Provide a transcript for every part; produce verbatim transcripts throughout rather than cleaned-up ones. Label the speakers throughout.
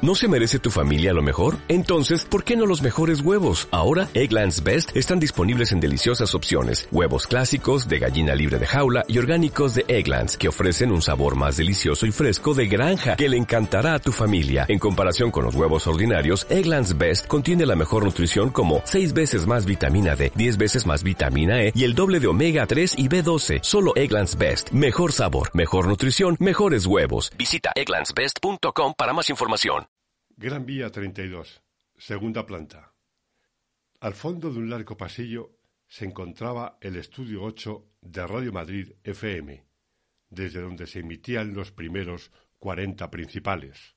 Speaker 1: ¿No se merece tu familia lo mejor? Entonces, ¿por qué no los mejores huevos? Ahora, Eggland's Best están disponibles en deliciosas opciones. Huevos clásicos, de gallina libre de jaula y orgánicos de Eggland's, que ofrecen un sabor más delicioso y fresco de granja que le encantará a tu familia. En comparación con los huevos ordinarios, Eggland's Best contiene la mejor nutrición como seis veces más vitamina D, diez veces más vitamina E y el doble de omega tres y B doce. Solo Eggland's Best. Mejor sabor, mejor nutrición, mejores huevos. Visita egglands best punto com para más información.
Speaker 2: Gran Vía treinta y dos, segunda planta. Al fondo de un largo pasillo se encontraba el estudio ocho de Radio Madrid F M, desde donde se emitían los primeros cuarenta principales.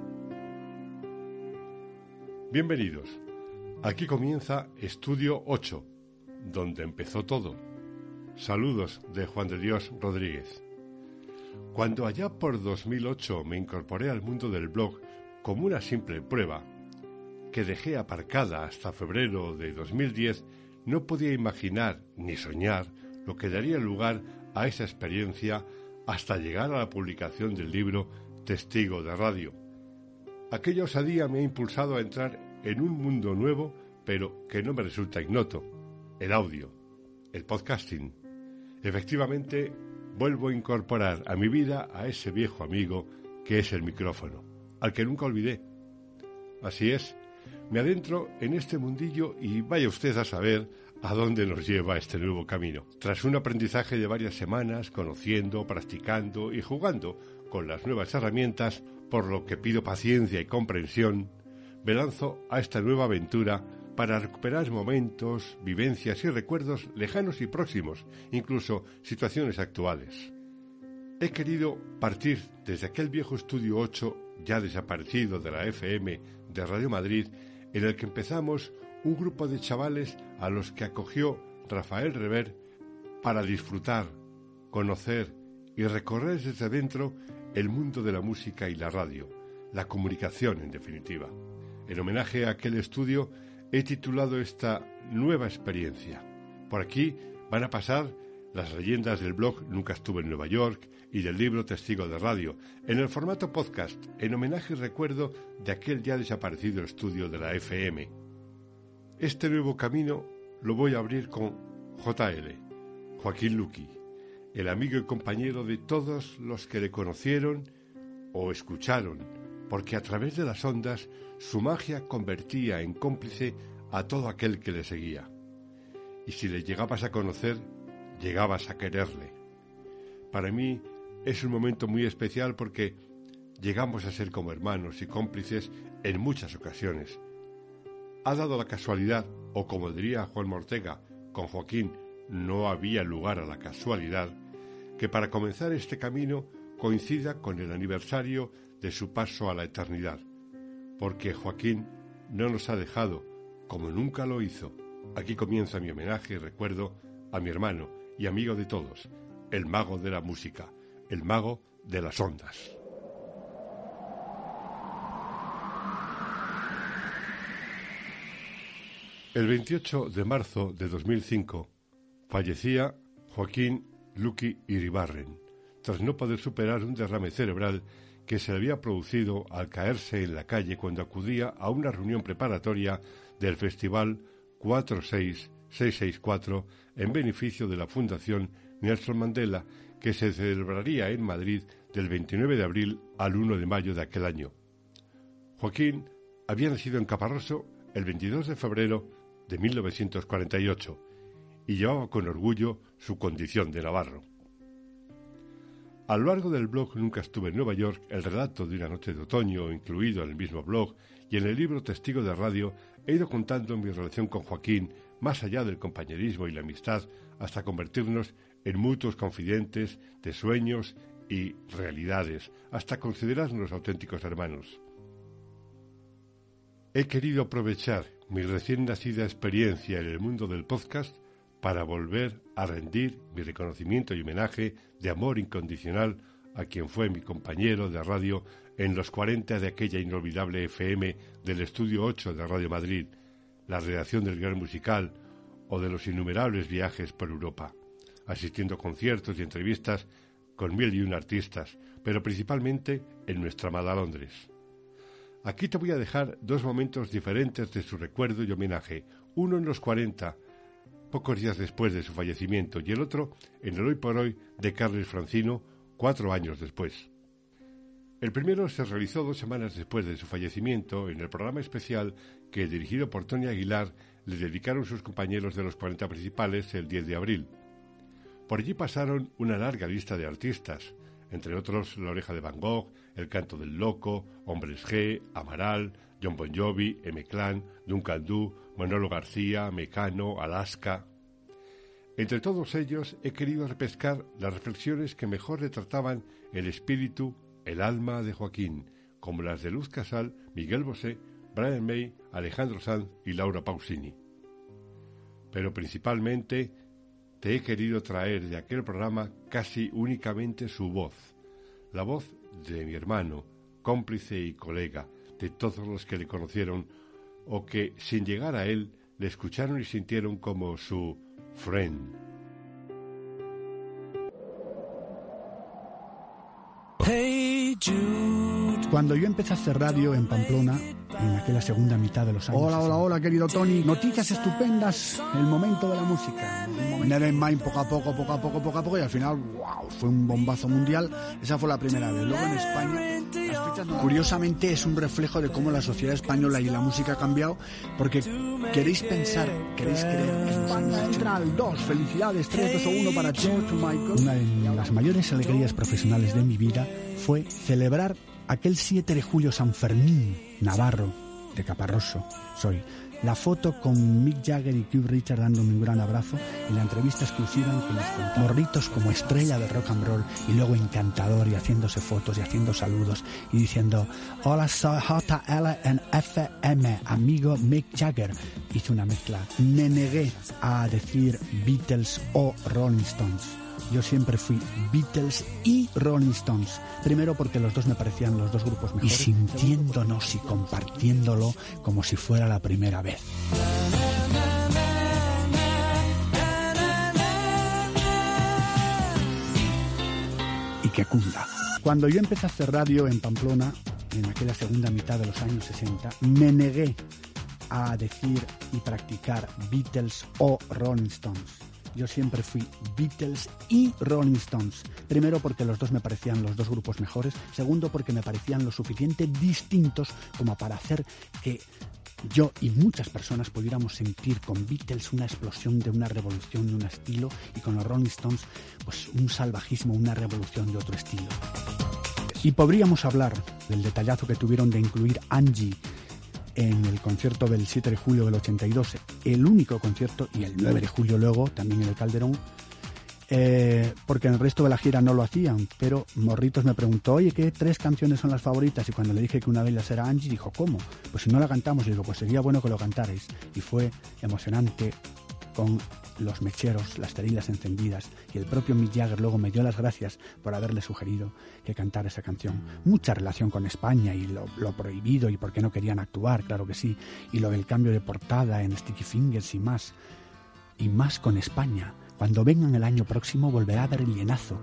Speaker 2: Bienvenidos. Aquí comienza Estudio ocho, donde empezó todo. Saludos de Juan de Dios Rodríguez. Cuando allá por dos mil ocho me incorporé al mundo del blog como una simple prueba, que dejé aparcada hasta febrero de dos mil diez, no podía imaginar ni soñar lo que daría lugar a esa experiencia hasta llegar a la publicación del libro Testigo de Radio. Aquella osadía me ha impulsado a entrar en un mundo nuevo, pero que no me resulta ignoto: el audio, el podcasting. Efectivamente, vuelvo a incorporar a mi vida a ese viejo amigo que es el micrófono, al que nunca olvidé. Así es, me adentro en este mundillo y vaya usted a saber a dónde nos lleva este nuevo camino. Tras un aprendizaje de varias semanas, conociendo, practicando y jugando con las nuevas herramientas, por lo que pido paciencia y comprensión, me lanzo a esta nueva aventura para recuperar momentos, vivencias y recuerdos lejanos y próximos, incluso situaciones actuales. He querido partir desde aquel viejo estudio ocho, ya desaparecido, de la F M de Radio Madrid, en el que empezamos un grupo de chavales a los que acogió Rafael Rever para disfrutar, conocer y recorrer desde dentro el mundo de la música y la radio, la comunicación en definitiva. En homenaje a aquel estudio he titulado esta nueva experiencia. Por aquí van a pasar las leyendas del blog Nunca estuve en Nueva York y del libro Testigo de Radio, en el formato podcast, en homenaje y recuerdo de aquel ya desaparecido estudio de la F M. Este nuevo camino lo voy a abrir con J L, Joaquín Luqui, el amigo y compañero de todos los que le conocieron o escucharon, porque a través de las ondas su magia convertía en cómplice a todo aquel que le seguía. Y si le llegabas a conocer, llegabas a quererle. Para mí es un momento muy especial porque llegamos a ser como hermanos y cómplices en muchas ocasiones. Ha dado la casualidad, o como diría Juan Ortega, con Joaquín no había lugar a la casualidad, que para comenzar este camino coincida con el aniversario de su paso a la eternidad, porque Joaquín no nos ha dejado, como nunca lo hizo. Aquí comienza mi homenaje y recuerdo a mi hermano y amigo de todos, el mago de la música, el mago de las ondas. El veintiocho de marzo de dos mil cinco fallecía Joaquín Luqui Iribarren, tras no poder superar un derrame cerebral que se le había producido al caerse en la calle cuando acudía a una reunión preparatoria del Festival cuatro seis seis seis cuatro en beneficio de la Fundación Nelson Mandela, que se celebraría en Madrid del veintinueve de abril al uno de mayo de aquel año. Joaquín había nacido en Caparroso el veintidós de febrero de mil novecientos cuarenta y ocho y llevaba con orgullo su condición de navarro. A lo largo del blog Nunca estuve en Nueva York, el relato de una noche de otoño, incluido en el mismo blog, y en el libro Testigo de Radio, he ido contando mi relación con Joaquín, más allá del compañerismo y la amistad, hasta convertirnos en mutuos confidentes de sueños y realidades, hasta considerarnos auténticos hermanos. He querido aprovechar mi recién nacida experiencia en el mundo del podcast para volver a rendir mi reconocimiento y homenaje de amor incondicional a quien fue mi compañero de radio en los cuarenta de aquella inolvidable F M del Estudio ocho de Radio Madrid, la redacción del Gran Musical o de los innumerables viajes por Europa, asistiendo a conciertos y entrevistas con mil y un artistas, pero principalmente en nuestra amada Londres. Aquí te voy a dejar dos momentos diferentes de su recuerdo y homenaje, uno en los cuarenta, pocos días después de su fallecimiento, y el otro en el hoy por hoy de Carles Francino, cuatro años después. El primero se realizó dos semanas después de su fallecimiento en el programa especial que, dirigido por Tony Aguilar, le dedicaron sus compañeros de los cuarenta principales el diez de abril. Por allí pasaron una larga lista de artistas, entre otros La Oreja de Van Gogh, El Canto del Loco, Hombres G, Amaral, John Bon Jovi, M-Clan, Duncan Du, Manolo García, Mecano, Alaska. Entre todos ellos he querido repescar las reflexiones que mejor retrataban el espíritu, el alma de Joaquín, como las de Luz Casal, Miguel Bosé, Brian May, Alejandro Sanz y Laura Pausini. Pero principalmente te he querido traer de aquel programa casi únicamente su voz, la voz de mi hermano, cómplice y colega, de todos los que le conocieron o que, sin llegar a él, le escucharon y sintieron como su friend.
Speaker 3: Hey Jude.
Speaker 4: Cuando yo empecé a hacer radio en Pamplona, en aquella segunda mitad de los años
Speaker 5: Hola, hola,
Speaker 4: sesenta.
Speaker 5: hola, querido Tony. Noticias estupendas, el momento de la música. Nevermind, poco a poco, poco a poco, poco a poco, y al final, wow, fue un bombazo mundial. Esa fue la primera vez. Luego en España, las fichas, curiosamente, es un reflejo de cómo la sociedad española y la música ha cambiado, porque queréis pensar, queréis creer que España entra al dos. Felicidades, tres, dos o uno para George Michael.
Speaker 4: Una de las mayores alegrías profesionales de mi vida fue celebrar aquel siete de julio San Fermín, Navarro, de Caparroso, soy. La foto con Mick Jagger y Keith Richards dándome un gran abrazo y la entrevista exclusiva en que les contaba morritos como estrella de rock and roll y luego encantador y haciéndose fotos y haciendo saludos y diciendo hola, soy J L en F M, amigo Mick Jagger. Hice una mezcla. Me negué a decir Beatles o Rolling Stones. Yo siempre fui Beatles y Rolling Stones. Primero porque los dos me parecían los dos grupos mejores. Y sintiéndonos y compartiéndolo como si fuera la primera vez. Y que cunda. Cuando yo empecé a hacer radio en Pamplona, en aquella segunda mitad de los años sesenta, me negué a decir y practicar Beatles o Rolling Stones. Yo siempre fui Beatles y Rolling Stones. Primero porque los dos me parecían los dos grupos mejores. Segundo porque me parecían lo suficiente distintos como para hacer que yo y muchas personas pudiéramos sentir con Beatles una explosión de una revolución de un estilo y con los Rolling Stones pues un salvajismo, una revolución de otro estilo. Y podríamos hablar del detallazo que tuvieron de incluir Angie en el concierto del siete de julio del ochenta y dos, el único concierto, y el nueve de julio luego, también en el Calderón, eh, porque en el resto de la gira no lo hacían, pero Morritos me preguntó, oye, ¿qué tres canciones son las favoritas? Y cuando le dije que una de ellas era Angie, dijo, ¿cómo? Pues si no la cantamos, y digo, pues sería bueno que lo cantarais. Y fue emocionante, con los mecheros, las terilas encendidas, y el propio Mick Jagger luego me dio las gracias por haberle sugerido que cantara esa canción. Mucha relación con España y lo, lo prohibido y por qué no querían actuar, claro que sí, y lo del cambio de portada en Sticky Fingers y más, y más con España. Cuando vengan el año próximo volverá a haber el llenazo.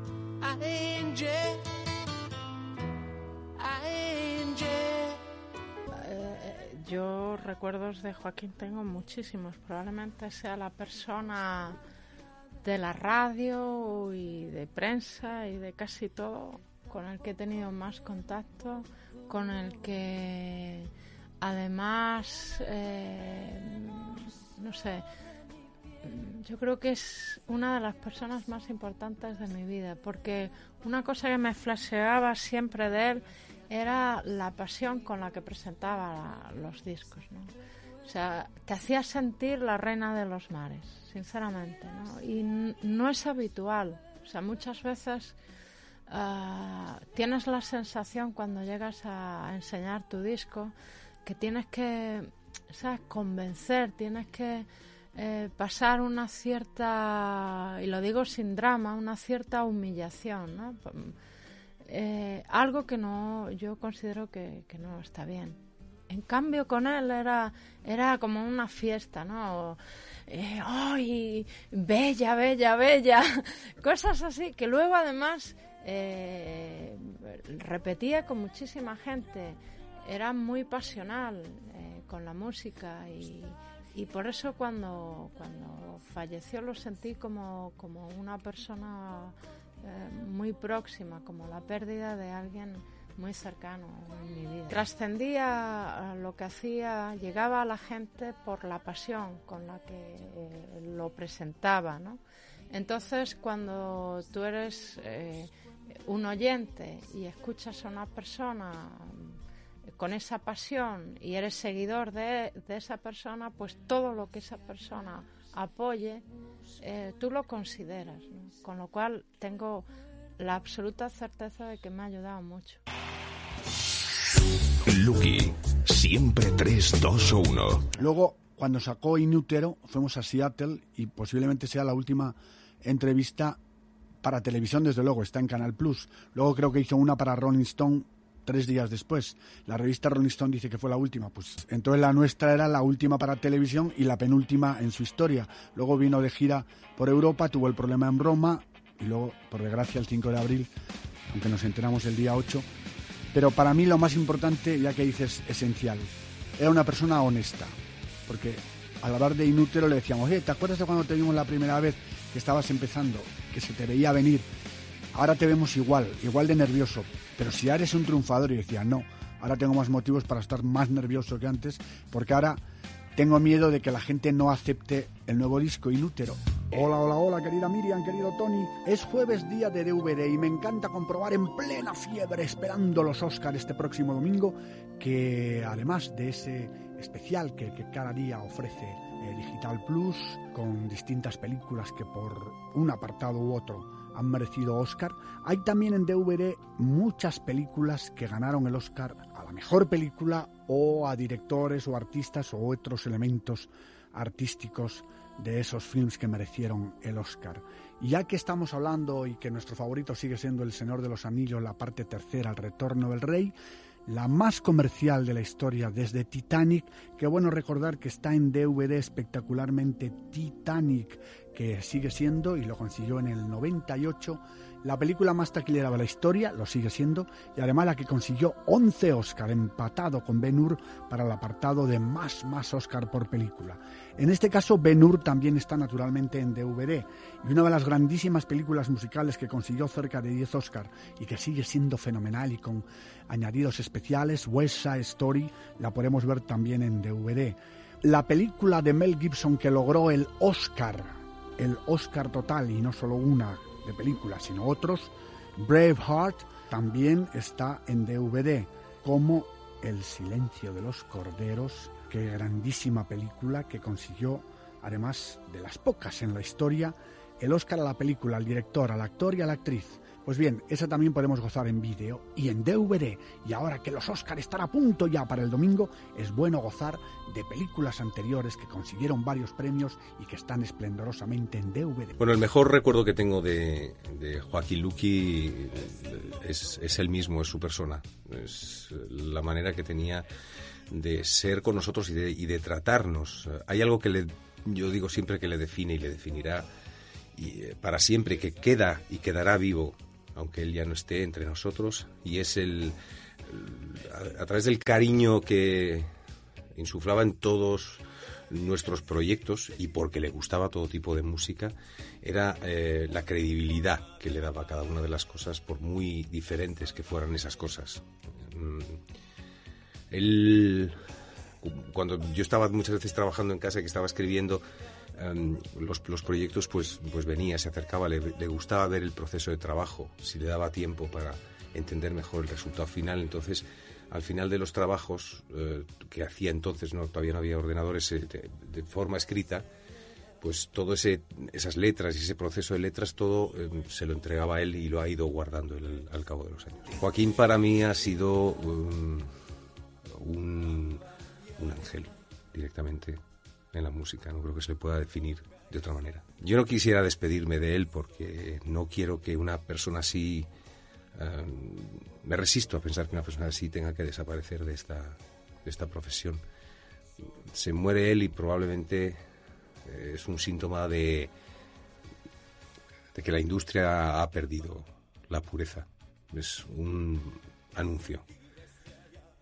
Speaker 6: Yo recuerdos de Joaquín tengo muchísimos. Probablemente sea la persona de la radio y de prensa y de casi todo con el que he tenido más contacto, con el que además, eh, no sé, yo creo que es una de las personas más importantes de mi vida, porque una cosa que me flasheaba siempre de él era la pasión con la que presentaba los discos, ¿no? O sea, te hacía sentir la reina de los mares, sinceramente, ¿no? Y n- no es habitual. O sea, muchas veces uh, tienes la sensación cuando llegas a, a enseñar tu disco que tienes que, ¿sabes?, convencer, tienes que eh, pasar una cierta, y lo digo sin drama, una cierta humillación, ¿no? Eh, algo que no, yo considero que, que no está bien. En cambio con él era era como una fiesta, ¿no? Eh, ¡ay! Bella, bella, bella. Cosas así que luego además eh, repetía con muchísima gente. era muy pasional eh, con la música y, y por eso cuando, cuando falleció lo sentí como, como una persona eh, muy próxima, como la pérdida de alguien muy cercano en mi vida. Trascendía lo que hacía, llegaba a la gente por la pasión con la que eh, lo presentaba, ¿no? Entonces, cuando tú eres eh, un oyente y escuchas a una persona con esa pasión y eres seguidor de, de esa persona, pues todo lo que esa persona apoye, eh, tú lo consideras, ¿no? Con lo cual tengo la absoluta certeza de que me ha ayudado mucho.
Speaker 7: Lucky, siempre tres, dos o uno.
Speaker 5: Luego, cuando sacó Inútero, fuimos a Seattle y posiblemente sea la última entrevista para televisión, desde luego, está en Canal Plus. Luego creo que hizo una para Rolling Stone tres días después. La revista Rolling Stone dice que fue la última, pues entonces la nuestra era la última para televisión y la penúltima en su historia. Luego vino de gira por Europa, tuvo el problema en Roma y luego, por desgracia, el cinco de abril, aunque nos enteramos el día ocho. Pero para mí lo más importante, ya que dices esencial, era una persona honesta, porque al hablar de Inútero le decíamos, eh, ¿te acuerdas de cuando te vimos la primera vez que estabas empezando, que se te veía venir? Ahora te vemos igual, igual de nervioso, pero si ahora eres un triunfador. Y decía, no, ahora tengo más motivos para estar más nervioso que antes, porque ahora tengo miedo de que la gente no acepte el nuevo disco Inútero. Hola, hola, hola, querida Miriam, querido Tony. Es jueves, día de D V D, y me encanta comprobar en plena fiebre, esperando los Oscar este próximo domingo, que además de ese especial que, que cada día ofrece eh, Digital Plus, con distintas películas que por un apartado u otro han merecido Oscar, hay también en D V D muchas películas que ganaron el Oscar a la mejor película o a directores o artistas o otros elementos artísticos de esos films que merecieron el Oscar. Y ya que estamos hablando y que nuestro favorito sigue siendo El Señor de los Anillos, la parte tercera, El Retorno del Rey, la más comercial de la historia desde Titanic, qué bueno recordar que está en D V D espectacularmente, Titanic, que sigue siendo, y lo consiguió en el noventa y ocho, la película más taquillera de la historia, lo sigue siendo, y además la que consiguió once Oscar, empatado con Ben-Hur para el apartado de más, más Oscar por película. En este caso, Ben-Hur también está naturalmente en D V D, y una de las grandísimas películas musicales que consiguió cerca de diez Oscar y que sigue siendo fenomenal y con añadidos especiales, West Side Story, la podemos ver también en D V D. La película de Mel Gibson que logró el Oscar, el Oscar total, y no solo una de películas, sino otros, Braveheart, también está en D V D, como El silencio de los corderos, qué grandísima película que consiguió, además de las pocas en la historia, el Oscar a la película, al director, al actor y a la actriz. Pues bien, esa también podemos gozar en vídeo y en D V D. Y ahora que los Oscar están a punto ya para el domingo, es bueno gozar de películas anteriores que consiguieron varios premios y que están esplendorosamente en D V D.
Speaker 8: Bueno, el mejor recuerdo que tengo de, de Joaquín Luqui es, es él mismo, es su persona. Es la manera que tenía de ser con nosotros y de, y de tratarnos. Hay algo que le, yo digo siempre que le define y le definirá y, eh, para siempre, que queda y quedará vivo, aunque él ya no esté entre nosotros, y es el, el a, a través del cariño que insuflaba en todos nuestros proyectos, y porque le gustaba todo tipo de música, era eh, la credibilidad que le daba a cada una de las cosas, por muy diferentes que fueran esas cosas. Mm. Él, cuando yo estaba muchas veces trabajando en casa, que estaba escribiendo um, los, los proyectos, pues, pues venía, se acercaba, le, le gustaba ver el proceso de trabajo, si le daba tiempo para entender mejor el resultado final. Entonces, al final de los trabajos eh, que hacía entonces, no todavía no había ordenadores, eh, de, de forma escrita, pues todo ese esas letras y ese proceso de letras, todo eh, se lo entregaba a él y lo ha ido guardando él, al cabo de los años. Joaquín para mí ha sido um, un, un ángel directamente en la música, no creo que se le pueda definir de otra manera. Yo no quisiera despedirme de él porque no quiero que una persona así, um, me resisto a pensar que una persona así tenga que desaparecer de esta, de esta profesión. Se muere él y probablemente eh, es un síntoma de, de que la industria ha perdido la pureza. Es un anuncio.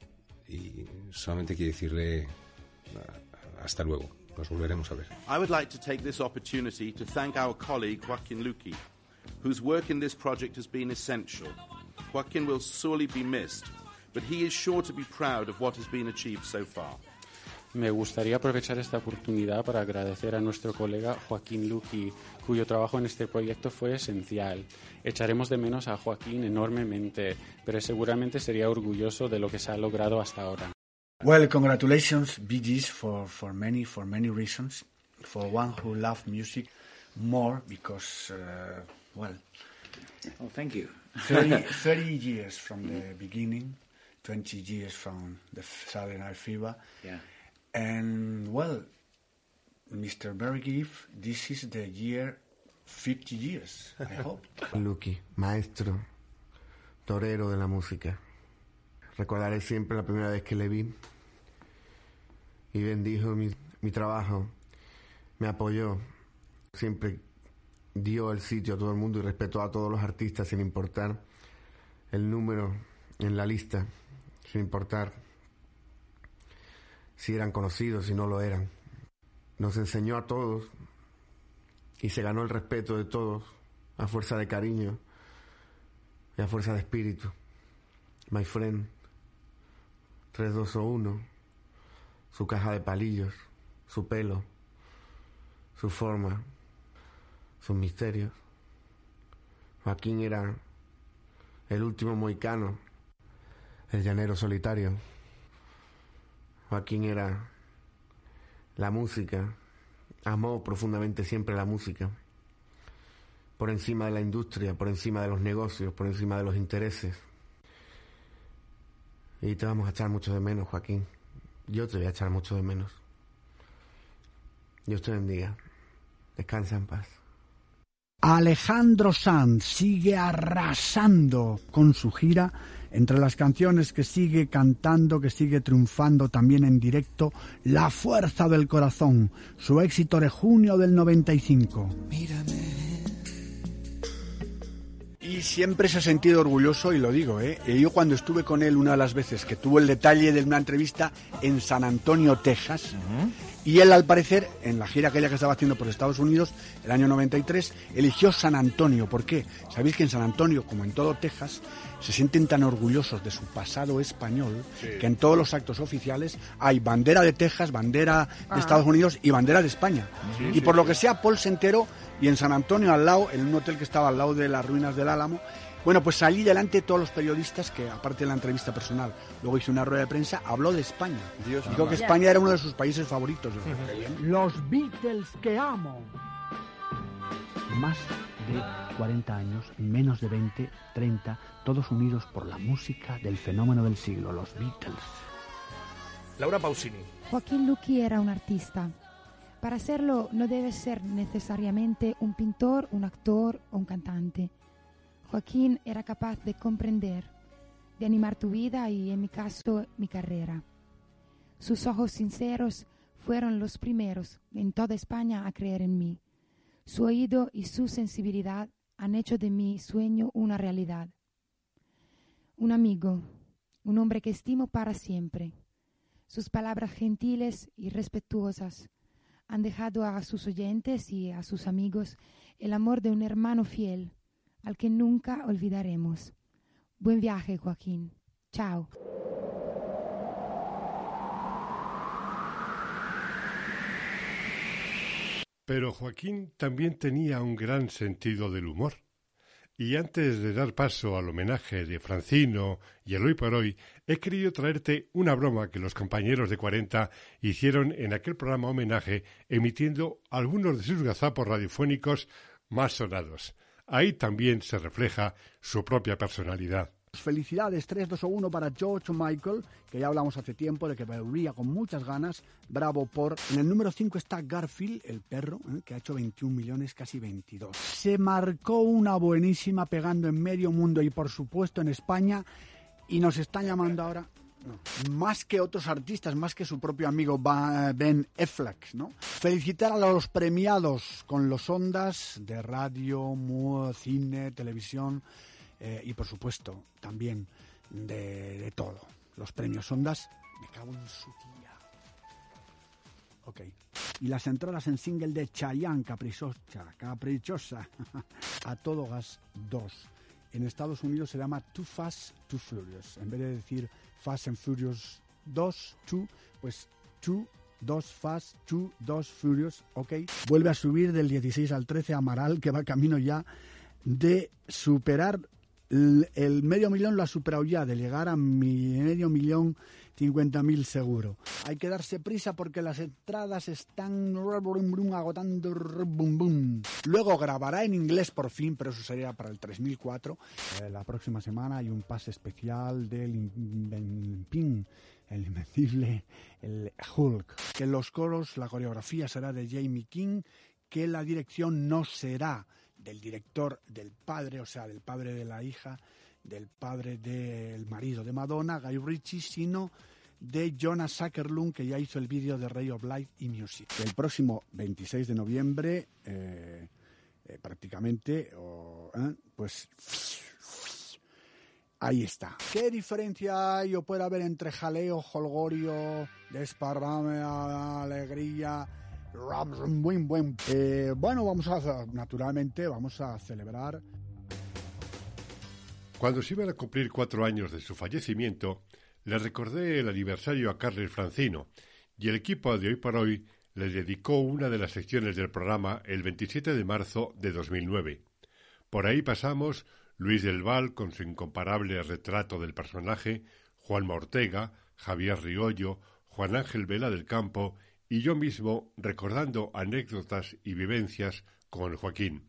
Speaker 8: y solamente quiero decirle hasta luego. Nos volveremos a ver.
Speaker 9: I would like to take this opportunity to thank our colleague Joaquin Luqui, whose work in this project has been essential. Joaquin will sorely be missed, but he is sure to be proud of what has been achieved so far.
Speaker 10: Me gustaría aprovechar esta oportunidad para agradecer a nuestro colega Joaquín Luqui, cuyo trabajo en este proyecto fue esencial. Echaremos de menos a Joaquín enormemente, pero seguramente sería orgulloso de lo que se ha logrado hasta ahora.
Speaker 4: Well, congratulations, Bee Gees, for, for many for many reasons. For one who loves music more because, uh, well...
Speaker 11: Oh, thank you.
Speaker 4: thirty, thirty years from the beginning, twenty years from the Saturday Night Fever.
Speaker 11: Yeah.
Speaker 4: And, well, Mister Bergif, this is the year fifty years, I hope.
Speaker 12: Luqui, maestro, torero de la música. Recordaré siempre la primera vez que le vi y bendijo mi, mi trabajo, me apoyó, siempre dio el sitio a todo el mundo y respetó a todos los artistas sin importar el número en la lista, sin importar si eran conocidos, si no lo eran. Nos enseñó a todos y se ganó el respeto de todos a fuerza de cariño y a fuerza de espíritu. My friend, tres, dos o uno, su caja de palillos, su pelo, su forma, sus misterios. Joaquín era el último mohicano, el llanero solitario. Joaquín era la música, amó profundamente siempre la música, por encima de la industria, por encima de los negocios, por encima de los intereses. Y te vamos a echar mucho de menos, Joaquín. Yo te voy a echar mucho de menos. Dios te bendiga. Descansa en paz.
Speaker 4: Alejandro Sanz sigue arrasando con su gira. Entre las canciones que sigue cantando, que sigue triunfando también en directo, La Fuerza del Corazón, su éxito de junio del noventa y cinco.
Speaker 3: Mírame.
Speaker 4: Y siempre se ha sentido orgulloso, y lo digo, ¿eh? Yo cuando estuve con él una de las veces que tuvo el detalle de una entrevista en San Antonio, Texas, uh-huh. Y él al parecer, en la gira aquella que estaba haciendo por Estados Unidos, el año noventa y tres, eligió San Antonio. ¿Por qué? Sabéis que en San Antonio, como en todo Texas, se sienten tan orgullosos de su pasado español, sí, que en todos los actos oficiales hay bandera de Texas, bandera de ah. Estados Unidos y bandera de España. Sí, y sí, por sí. lo que sea, Paul se enteró, y en San Antonio, al lado, en un hotel que estaba al lado de las ruinas del Álamo, bueno, pues salí delante de todos los periodistas que, aparte de la entrevista personal, luego hice una rueda de prensa, habló de España. Dios, dijo que España era uno de sus países favoritos. Los Beatles que amo. Más de cuarenta años, menos de veinte, treinta, todos unidos por la música del fenómeno del siglo, los Beatles.
Speaker 13: Laura Pausini.
Speaker 14: Joaquín Luqui era un artista. Para serlo no debe ser necesariamente un pintor, un actor o un cantante. Joaquín era capaz de comprender, de animar tu vida y, en mi caso, mi carrera. Sus ojos sinceros fueron los primeros en toda España a creer en mí. Su oído y su sensibilidad han hecho de mi sueño una realidad. Un amigo, un hombre que estimo para siempre. Sus palabras gentiles y respetuosas han dejado a sus oyentes y a sus amigos el amor de un hermano fiel, al que nunca olvidaremos. Buen viaje, Joaquín. Chao.
Speaker 2: Pero Joaquín también tenía un gran sentido del humor. Y antes de dar paso al homenaje de Francino y el Hoy por Hoy, he querido traerte una broma que los compañeros de cuarenta hicieron en aquel programa homenaje, emitiendo algunos de sus gazapos radiofónicos más sonados. Ahí también se refleja su propia personalidad.
Speaker 4: Felicidades, tres, dos o uno para George Michael, que ya hablamos hace tiempo de que volvía con muchas ganas. Bravo por... En el número cinco está Garfield, el perro, ¿eh? que ha hecho veintiún millones, casi veintidós. Se marcó una buenísima pegando en medio mundo y por supuesto en España, y nos están llamando ahora... No. Más que otros artistas, más que su propio amigo Ben Affleck, ¿no? Felicitar a los premiados con los Ondas de radio, cine, televisión eh, y por supuesto también de, de todo. Los premios Ondas Me cago en su tía. Ok. Y las entradas en single de Chayanne, Caprichosa, Caprichosa, A Todo Gas dos. En Estados Unidos se llama Too Fast, Too Furious. En vez de decir Fast and Furious dos, two, pues two, dos Fast, two, dos Furious, ok. Vuelve a subir del dieciséis al trece Amaral, que va camino ya de superar el, el medio millón, lo ha superado ya, de llegar a mi, medio millón cincuenta mil seguro. Hay que darse prisa porque las entradas están agotando. Luego grabará en inglés por fin, pero eso sería para el tres mil cuatro. Eh, la próxima semana hay un pase especial del Inven- el invencible, el Hulk. Que en los coros la coreografía será de Jamie King, que la dirección no será del director del padre, o sea, del padre de la hija, del padre del marido de Madonna, Guy Ritchie, sino de Jonas Zuckerlund, que ya hizo el vídeo de Ray of Light y Music. El próximo veintiséis de noviembre, eh, eh, prácticamente, oh, eh, pues ahí está. ¿Qué diferencia hay o puede haber entre jaleo, jolgorio, desparrame, alegría? Buen, buen. Eh, bueno, vamos a, naturalmente, vamos a celebrar.
Speaker 2: Cuando se iban a cumplir cuatro años de su fallecimiento, le recordé el aniversario a Carles Francino y el equipo de Hoy por Hoy le dedicó una de las secciones del programa el veintisiete de marzo de dos mil nueve. Por ahí pasamos Luis del Val con su incomparable retrato del personaje, Juanma Ortega, Javier Riollo, Juan Ángel Vela del Campo y yo mismo recordando anécdotas y vivencias con Joaquín.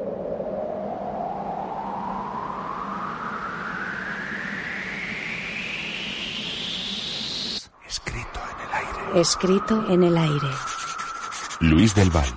Speaker 7: Escrito en el aire.
Speaker 15: Escrito en el aire.
Speaker 7: Luis del Val.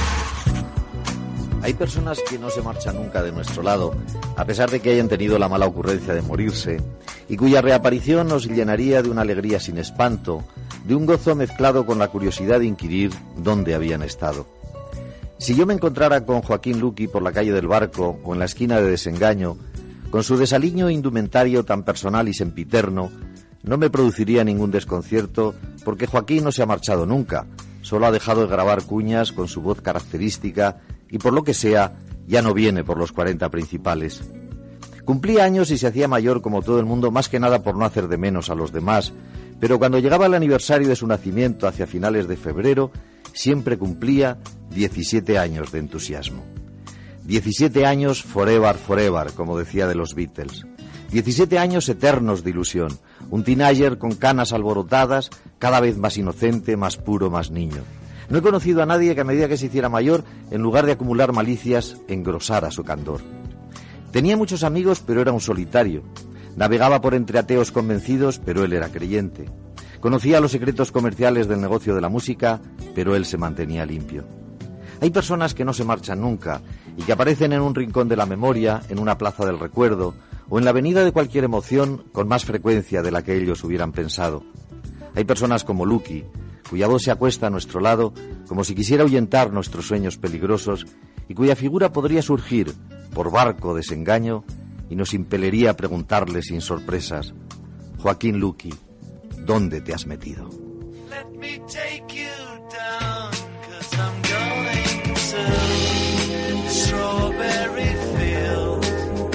Speaker 16: Hay personas que no se marchan nunca de nuestro lado, a pesar de que hayan tenido la mala ocurrencia de morirse, y cuya reaparición nos llenaría de una alegría sin espanto, de un gozo mezclado con la curiosidad de inquirir dónde habían estado. Si yo me encontrara con Joaquín Luqui por la calle del Barco o en la esquina de Desengaño, con su desaliño indumentario tan personal y sempiterno, no me produciría ningún desconcierto porque Joaquín no se ha marchado nunca, solo ha dejado de grabar cuñas con su voz característica y por lo que sea, ya no viene por los cuarenta principales. Cumplía años y se hacía mayor como todo el mundo, más que nada por no hacer de menos a los demás, pero cuando llegaba el aniversario de su nacimiento hacia finales de febrero, siempre cumplía diecisiete años de entusiasmo. diecisiete años forever, forever, como decía de los Beatles. diecisiete años eternos de ilusión, un teenager con canas alborotadas, cada vez más inocente, más puro, más niño. No he conocido a nadie que a medida que se hiciera mayor, en lugar de acumular malicias, engrosara su candor. Tenía muchos amigos, pero era un solitario. Navegaba por entre ateos convencidos, pero él era creyente. Conocía los secretos comerciales del negocio de la música, pero él se mantenía limpio. Hay personas que no se marchan nunca y que aparecen en un rincón de la memoria, en una plaza del recuerdo o en la avenida de cualquier emoción con más frecuencia de la que ellos hubieran pensado. Hay personas como Luqui, cuya voz se acuesta a nuestro lado como si quisiera ahuyentar nuestros sueños peligrosos y cuya figura podría surgir por barco o desengaño y nos impelería a preguntarle sin sorpresas: Joaquín Luqui, ¿dónde te has metido?
Speaker 3: Let me take you down, 'cause I'm going to Strawberry Field.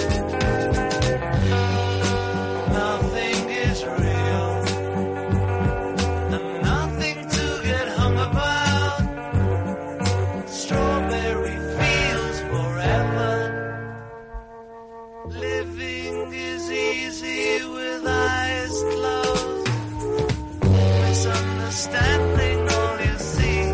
Speaker 3: Nothing is real, and nothing to get hung about. Strawberry Fields forever. Living is easy with eyes closed. Misunderstanding all you see.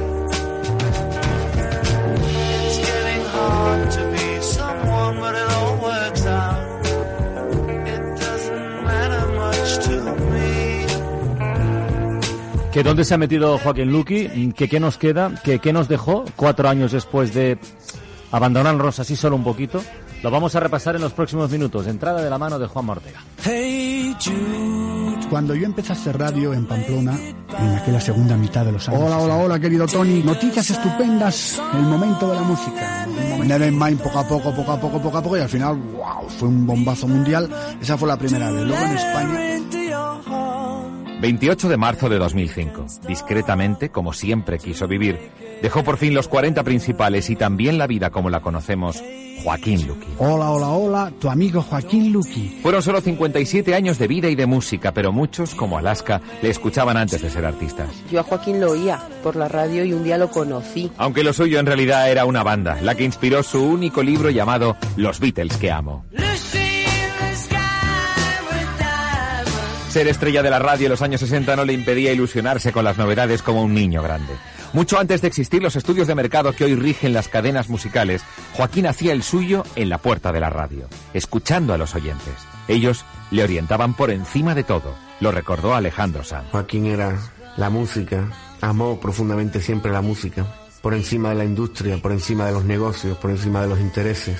Speaker 3: It's getting hard to be someone, but it all works out. It doesn't matter much to me.
Speaker 17: ¿Que dónde se ha metido Joaquín Luqui? ¿Que qué nos queda? ¿Que qué nos dejó cuatro años después de abandonarnos así solo un poquito? Lo vamos a repasar en los próximos minutos. Entrada de la mano de Juanma Ortega.
Speaker 4: Hey Jude. Cuando yo empecé a hacer radio en Pamplona, en aquella segunda mitad de los años. Hola, hola, hola, querido Tony. Noticias estupendas, el momento de la música. Nevermind, poco a poco, poco a poco, poco a poco, y al final, wow, fue un bombazo mundial. Esa fue la primera vez. Luego en España.
Speaker 15: veintiocho de marzo de dos mil cinco. Discretamente, como siempre quiso vivir, dejó por fin los cuarenta principales y también la vida como la conocemos, Joaquín Luqui.
Speaker 4: Hola, hola, hola, tu amigo Joaquín Luqui.
Speaker 15: Fueron solo cincuenta y siete años de vida y de música, pero muchos, como Alaska, le escuchaban antes de ser artistas.
Speaker 18: Yo a Joaquín lo oía por la radio y un día lo conocí.
Speaker 15: Aunque lo suyo en realidad era una banda, la que inspiró su único libro llamado Los Beatles que amo. Ser estrella de la radio en los años sesenta no le impedía ilusionarse con las novedades como un niño grande. Mucho antes de existir los estudios de mercado que hoy rigen las cadenas musicales, Joaquín hacía el suyo en la puerta de la radio, escuchando a los oyentes. Ellos le orientaban por encima de todo, lo recordó Alejandro Sanz.
Speaker 12: Joaquín era la música, amó profundamente siempre la música, por encima de la industria, por encima de los negocios, por encima de los intereses.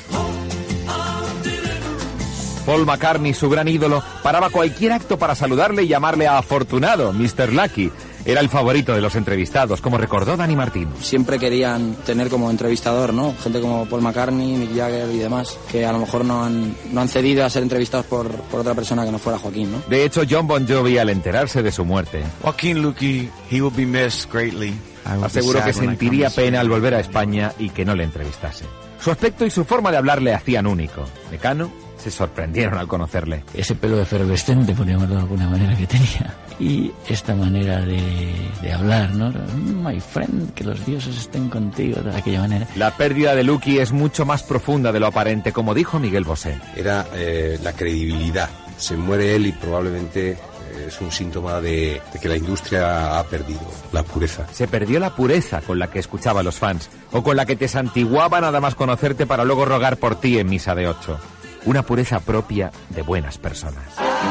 Speaker 15: Paul McCartney, su gran ídolo, paraba cualquier acto para saludarle y llamarle a afortunado, mister Lucky. Era el favorito de los entrevistados, como recordó Dani Martín.
Speaker 19: Siempre querían tener como entrevistador, ¿no? Gente como Paul McCartney, Mick Jagger y demás, que a lo mejor no han, no han cedido a ser entrevistados por, por otra persona que no fuera Joaquín, ¿no?
Speaker 15: De hecho, John Bon Jovi, al enterarse de su muerte,
Speaker 20: Joaquín Luqui, he will be missed greatly.
Speaker 15: aseguró que sentiría pena al volver a España y que no le entrevistase. Su aspecto y su forma de hablar le hacían único. Mecano se sorprendieron al conocerle.
Speaker 21: Ese pelo efervescente, podríamos de alguna manera, que tenía. Y esta manera de, de hablar, ¿no? My friend, que los dioses estén contigo, de aquella manera.
Speaker 15: La pérdida de Luqui es mucho más profunda de lo aparente, como dijo Miguel Bosé.
Speaker 8: Era eh, la credibilidad. Se muere él y probablemente eh, es un síntoma de, de que la industria ha perdido la pureza.
Speaker 15: Se perdió la pureza con la que escuchaba a los fans, o con la que te santiguaba nada más conocerte para luego rogar por ti en misa de ocho. Una pureza propia de buenas personas.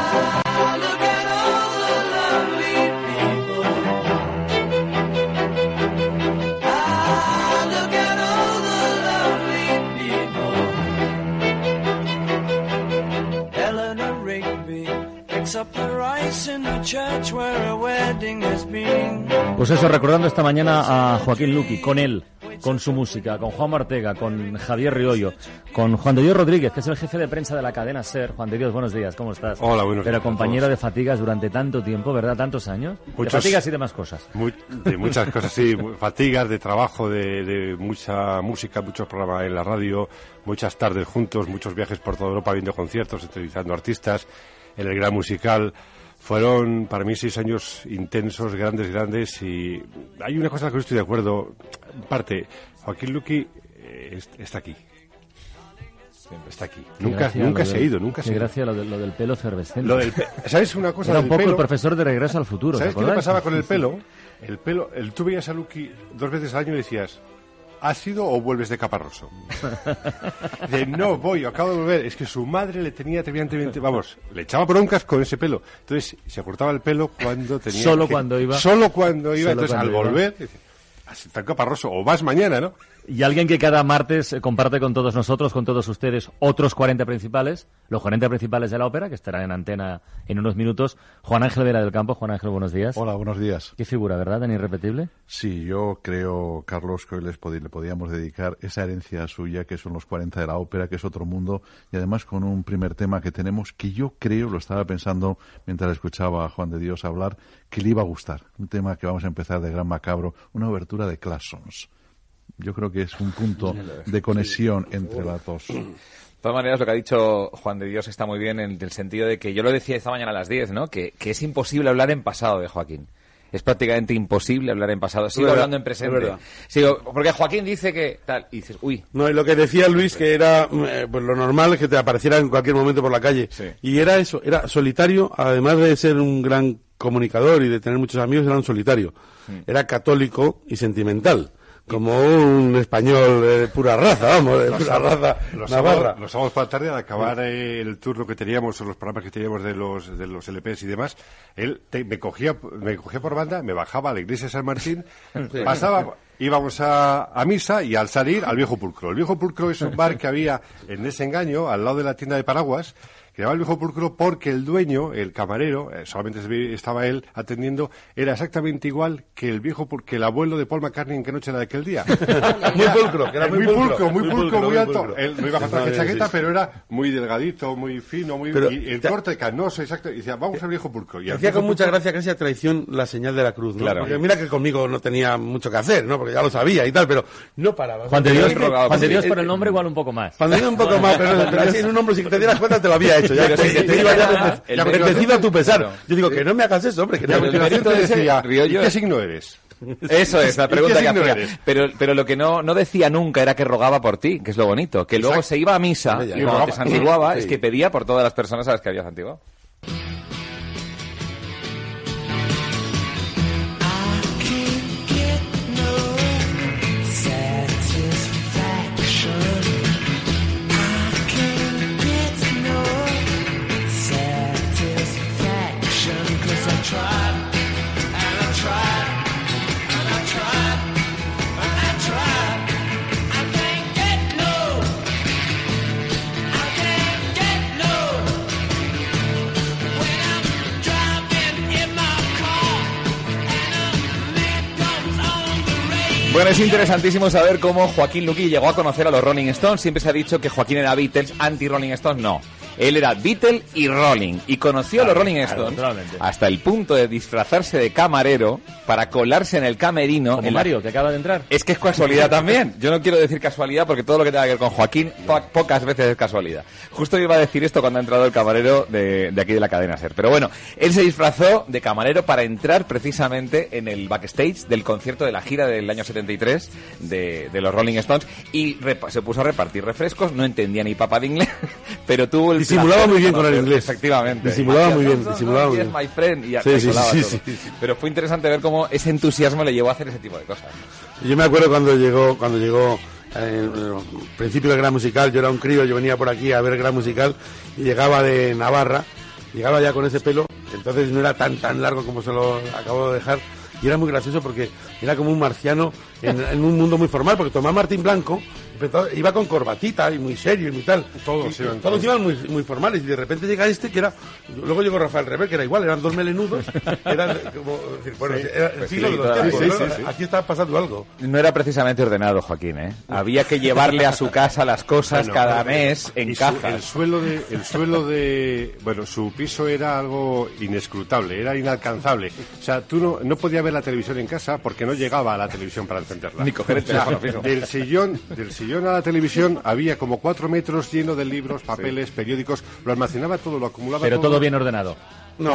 Speaker 17: Pues eso, recordando esta mañana a Joaquín Luqui, con él, con su música, con Juan Ortega, con Javier Riollo, con Juan de Dios Rodríguez, que es el jefe de prensa de la cadena SER. Juan de Dios, buenos días, ¿cómo estás?
Speaker 2: Hola, buenos días.
Speaker 17: Pero compañero de fatigas durante tanto tiempo, ¿verdad? Tantos años. Muchos, de fatigas y demás cosas.
Speaker 2: Muy, de muchas cosas, sí. Fatigas, de trabajo, de, de mucha música, muchos programas en la radio, muchas tardes juntos, muchos viajes por toda Europa viendo conciertos, entrevistando artistas, en el Gran Musical. Fueron para mí seis años intensos, grandes, grandes, y hay una cosa en la que no estoy de acuerdo. En parte, Joaquín Luqui eh, está aquí. Está aquí. Qué nunca nunca se ha ido, nunca se ha ido.
Speaker 17: Gracias a lo, de, lo del pelo efervescente.
Speaker 2: Lo del pe ¿Sabes una cosa?
Speaker 17: Era
Speaker 2: del
Speaker 17: un poco
Speaker 2: pelo?
Speaker 17: El profesor de Regreso al Futuro.
Speaker 2: ¿Sabes qué le pasaba con el pelo? El pelo, el, tú veías a Luqui dos veces al año y decías, ¿has ido o vuelves de Caparroso? De no voy, acabo de volver. Es que su madre le tenía terminantemente, vamos, le echaba broncas con ese pelo. Entonces se cortaba el pelo cuando tenía
Speaker 17: Solo
Speaker 2: que,
Speaker 17: cuando iba.
Speaker 2: Solo cuando iba.
Speaker 17: Solo
Speaker 2: Entonces
Speaker 17: cuando
Speaker 2: al
Speaker 17: iba.
Speaker 2: volver, así tan Caparroso, o vas mañana, ¿no?
Speaker 17: Y alguien que cada martes comparte con todos nosotros, con todos ustedes, otros cuarenta principales, los cuarenta principales de la ópera, que estarán en antena en unos minutos. Juan Ángel Vera del Campo. Juan Ángel, buenos días.
Speaker 22: Hola, buenos días.
Speaker 17: Qué figura, ¿verdad? Tan irrepetible.
Speaker 22: Sí, yo creo, Carlos, que hoy les pod- le podíamos dedicar esa herencia suya, que son los cuarenta de la ópera, que es otro mundo, y además con un primer tema que tenemos, que yo creo, lo estaba pensando mientras escuchaba a Juan de Dios hablar, que le iba a gustar. Un tema que vamos a empezar de Gran Macabro, una obertura de Classons. Yo creo que es un punto de conexión entre las dos.
Speaker 23: De todas maneras, lo que ha dicho Juan de Dios está muy bien en el sentido de que yo lo decía esta mañana a las diez, ¿no? Que, que es imposible hablar en pasado de Joaquín. Es prácticamente imposible hablar en pasado. Sigo
Speaker 24: verdad,
Speaker 23: hablando en presente.
Speaker 24: es verdad.
Speaker 23: Sigo, porque Joaquín dice que tal, y dices, uy.
Speaker 24: No, y lo que decía Luis, que era eh, pues lo normal es que te apareciera en cualquier momento por la calle.
Speaker 23: Sí.
Speaker 24: Y era eso, era solitario, además de ser un gran comunicador y de tener muchos amigos, era un solitario.
Speaker 23: Mm.
Speaker 24: Era católico y sentimental. Como un español de pura raza, vamos, de
Speaker 2: Los
Speaker 24: pura
Speaker 2: sábados-
Speaker 24: raza
Speaker 2: los
Speaker 24: navarra.
Speaker 2: sábados- Los sábados por la tarde, al acabar eh, el turno que teníamos, o los programas que teníamos de los de los L Ps y demás, él te- me cogía me cogía por banda, me bajaba a la iglesia de San Martín,
Speaker 24: Sí.
Speaker 2: pasaba, íbamos a, a misa y al salir al Viejo Pulcro. El Viejo Pulcro es un bar que había en Desengaño, al lado de la tienda de paraguas, que llamaba el viejo pulcro porque el dueño, el camarero, eh, solamente estaba él atendiendo, era exactamente igual que el viejo pul- que el abuelo de Paul McCartney en Qué noche era de aquel día.
Speaker 24: Muy pulcro, que era muy,
Speaker 2: muy
Speaker 24: pulcro,
Speaker 2: pulcro, muy pulcro, muy, pulcro, muy alto.
Speaker 24: pulcro.
Speaker 2: Él no iba con traje chaqueta, pero era muy delgadito, muy fino, muy
Speaker 24: Pero,
Speaker 2: y el
Speaker 24: te...
Speaker 2: corte canoso, exacto. Y decía, vamos al viejo pulcro. Y
Speaker 24: hacía con
Speaker 2: pulcro...
Speaker 24: mucha gracia que esa traición la señal de la cruz, ¿no?
Speaker 23: Claro.
Speaker 24: Porque mira que conmigo no tenía mucho que hacer, ¿no? Porque ya lo sabía y tal, pero no paraba.
Speaker 17: Juan de Dios,
Speaker 24: rogado,
Speaker 17: Juan de Dios
Speaker 24: el,
Speaker 17: por el nombre igual un poco más.
Speaker 24: Juan de Dios un poco más, pero, pero así en un hombro sin que te dieras cuenta te lo había hecho. Ya,
Speaker 23: Pero
Speaker 24: te,
Speaker 23: sí,
Speaker 24: te, te
Speaker 23: sí,
Speaker 24: iba
Speaker 23: ya,
Speaker 24: ya bendecido a tu pesar. Yo digo, que no me hagas eso, hombre. Que
Speaker 2: Ya,
Speaker 24: no,
Speaker 2: pero la gente decía, ¿y qué signo eres?
Speaker 23: Eso es la pregunta que hacía.
Speaker 2: Eres?
Speaker 23: Pero, pero lo que no, no decía nunca era que rogaba por ti, que es lo bonito. Que luego
Speaker 2: Exacto.
Speaker 23: se iba a misa
Speaker 2: Y
Speaker 23: y cuando
Speaker 2: rogaba.
Speaker 23: te santiguaba
Speaker 2: Sí.
Speaker 23: es que pedía por todas las personas a las que había santiguado. Bueno, es interesantísimo saber cómo Joaquín Luqui llegó a conocer a los Rolling Stones. Siempre se ha dicho que Joaquín era Beatles, anti-Rolling Stones. No, él era Beatle y Rolling. Y conoció claro, a los Rolling Stones claro, hasta el punto de disfrazarse de camarero para colarse en el camerino.
Speaker 17: Como
Speaker 23: en
Speaker 17: Mario,
Speaker 23: la...
Speaker 17: que acaba de entrar.
Speaker 23: Es que es casualidad también. Yo no quiero decir casualidad porque todo lo que tenga que ver con Joaquín po pocas veces es casualidad. Justo iba a decir esto cuando ha entrado el camarero de, de aquí de la cadena SER. Pero bueno, él se disfrazó de camarero para entrar precisamente en el backstage del concierto de la gira del año setenta y tres de, de los Rolling Stones y se puso a repartir refrescos. No entendía ni papa de inglés, pero tuvo el
Speaker 24: disimulaba muy bien con el inglés.
Speaker 23: Efectivamente.
Speaker 24: Disimulaba muy bien, disimulaba muy bien.
Speaker 23: My friend, y
Speaker 24: sí, sí, sí,
Speaker 23: sí,
Speaker 24: sí, sí.
Speaker 23: Pero fue interesante ver cómo ese entusiasmo le llevó a hacer ese tipo de cosas.
Speaker 24: Yo me acuerdo cuando llegó, cuando llegó eh, el principio del Gran Musical, yo era un crío, yo venía por aquí a ver el Gran Musical y llegaba de Navarra, llegaba ya con ese pelo, entonces no era tan tan largo como se lo acabo de dejar. Y era muy gracioso porque era como un marciano en, en un mundo muy formal, porque Tomás Martín Blanco empezó, iba con corbatita y muy serio y muy tal.
Speaker 2: Todos
Speaker 24: y,
Speaker 2: iban,
Speaker 24: todos iban muy, muy formales y de repente llega este que era... Luego llegó Rafael Rebel, que era igual, eran dos melenudos. Eran como... Decir, bueno, sí, era el pues siglo sí, de los tiempos, sí, sí, ¿no? sí, sí. Aquí estaba pasando algo.
Speaker 23: No era precisamente ordenado, Joaquín, ¿eh? Había que llevarle a su casa las cosas bueno, cada mes en cajas.
Speaker 2: El suelo de... El suelo de... Bueno, su piso era algo inescrutable, era inalcanzable. O sea, tú no, no podías ver la televisión en casa porque no llegaba a la televisión para encenderla.
Speaker 23: Ni coger el teléfono fijo.
Speaker 2: Del sillón, del sillón a la televisión había como cuatro metros lleno de libros, papeles, sí. periódicos, lo almacenaba todo, lo acumulaba
Speaker 17: Pero
Speaker 2: todo.
Speaker 17: todo bien ordenado.
Speaker 2: No,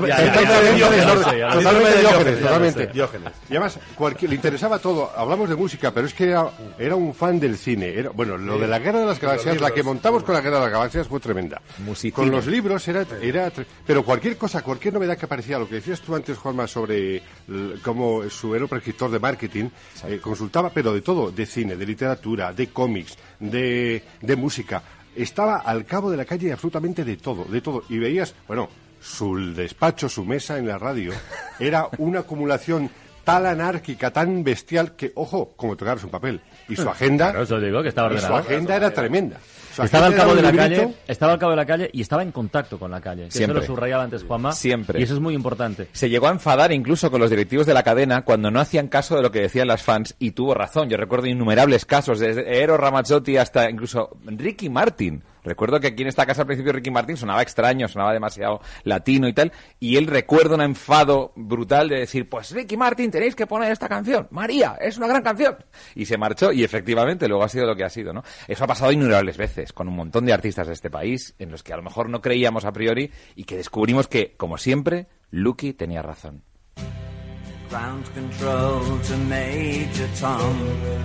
Speaker 2: totalmente Diógenes, totalmente. Diógenes. Y además, cualquier, le interesaba todo. Hablamos de música, pero es que era, era un fan del cine. Era, bueno, lo de la Guerra de las Galaxias, la que montamos con la Guerra de las Galaxias fue tremenda.
Speaker 23: Musicine.
Speaker 2: Con los libros era, era, pero cualquier cosa, cualquier novedad que aparecía, lo que decías tú antes, Juanma, sobre cómo su era un prescriptor de marketing, eh, consultaba, pero de todo, de cine, de literatura, de cómics, de, de música. Estaba al cabo de la calle absolutamente de todo, de todo. Y veías, bueno, su despacho, su mesa en la radio, era una acumulación tan anárquica, tan bestial, que, ojo, como tocaros un papel. Y su agenda...
Speaker 17: Claro, eso digo, que estaba ordenado.
Speaker 2: Su agenda era tremenda.
Speaker 17: Estaba al cabo de la calle, estaba al cabo de la calle y estaba en contacto con la calle. Que
Speaker 23: Siempre.
Speaker 17: Eso lo subrayaba antes Juanma.
Speaker 23: Siempre.
Speaker 17: Y eso es muy importante.
Speaker 23: Se llegó a enfadar incluso con los directivos de la cadena cuando no hacían caso de lo que decían las fans y tuvo razón. Yo recuerdo innumerables casos, desde Eero Ramazzotti hasta incluso Ricky Martin. Recuerdo que aquí en esta casa al principio Ricky Martin sonaba extraño, sonaba demasiado latino y tal, y él recuerda un enfado brutal de decir, pues Ricky Martin, tenéis que poner esta canción, María, es una gran canción. Y se marchó y efectivamente luego ha sido lo que ha sido, ¿no? Eso ha pasado innumerables veces con un montón de artistas de este país en los que a lo mejor no creíamos a priori y que descubrimos que, como siempre, Luqui tenía razón.
Speaker 3: Ground control to Major Tom.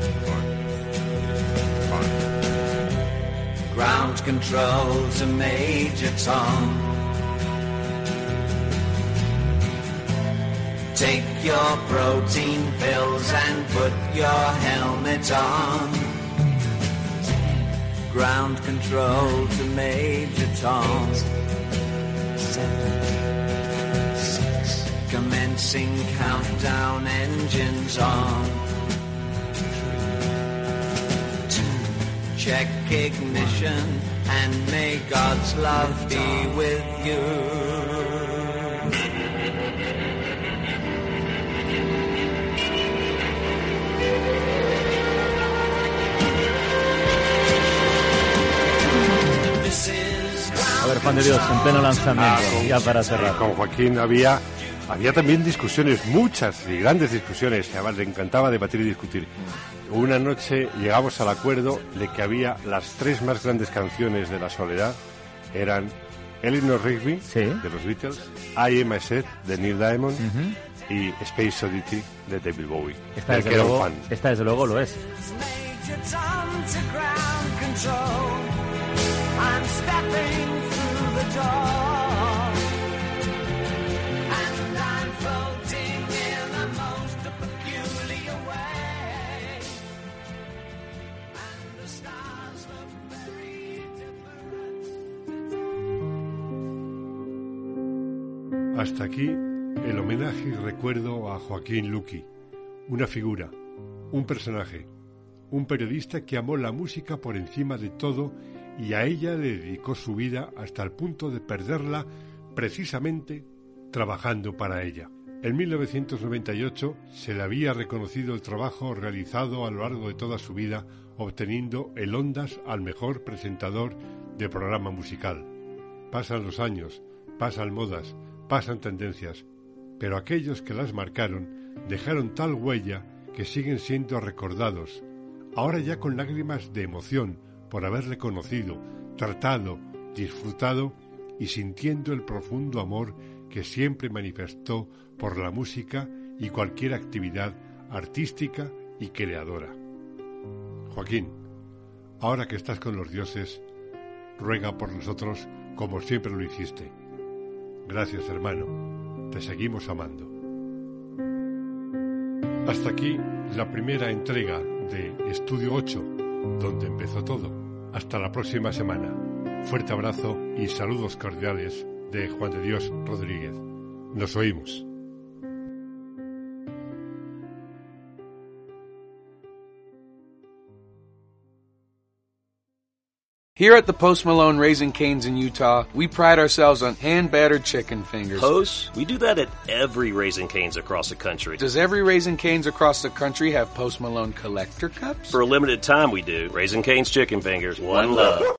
Speaker 3: Ground control to Major Tom. Take your protein pills and put your helmet on. Ground control to Major Tom. Seven, six. Commencing countdown, engines on. Three, two. check ignition, and may God's love be with you.
Speaker 17: A ver, Juan de Dios, en pleno lanzamiento,
Speaker 2: Ah, con-
Speaker 17: ya para cerrar.
Speaker 2: Con Joaquín había, había también discusiones, muchas y grandes discusiones, que además le encantaba debatir y discutir. Una noche llegamos al acuerdo de que había las tres más grandes canciones de la soledad, eran Eleanor Rigby, de los Beatles, I Am a Set, de Neil Diamond, y Space Oddity, de David Bowie.
Speaker 17: Esta
Speaker 2: del
Speaker 17: desde,
Speaker 2: que era un
Speaker 17: luego,
Speaker 2: fan.
Speaker 17: esta desde luego lo es.
Speaker 3: Major Tom to ground control. I'm stepping through the door, and I'm floating in a most peculiar way, and the stars look very different.
Speaker 2: Hasta aquí el homenaje y recuerdo a Joaquín Luqui, una figura, un personaje, un periodista que amó la música por encima de todo y a ella le dedicó su vida hasta el punto de perderla precisamente trabajando para ella. En mil novecientos noventa y ocho se le había reconocido el trabajo realizado a lo largo de toda su vida, obteniendo el Ondas al mejor presentador de programa musical. Pasan los años, pasan modas, pasan tendencias, pero aquellos que las marcaron dejaron tal huella que siguen siendo recordados, ahora ya con lágrimas de emoción por haberle conocido, tratado, disfrutado y sintiendo el profundo amor que siempre manifestó por la música y cualquier actividad artística y creadora. Joaquín, ahora que estás con los dioses, ruega por nosotros como siempre lo hiciste. Gracias, hermano. Te seguimos amando. Hasta aquí la primera entrega de Estudio ocho, donde empezó todo. Hasta la próxima semana. Fuerte abrazo y saludos cordiales de Juan de Dios Rodríguez. Nos oímos.
Speaker 1: Here at the Post Malone Raising Cane's in Utah, we pride ourselves on hand-battered chicken fingers.
Speaker 5: Post? We do that at every Raising Cane's across the country.
Speaker 1: Does every Raising Cane's across the country have Post Malone collector cups?
Speaker 5: For a limited time we do. Raising Cane's chicken fingers. One love.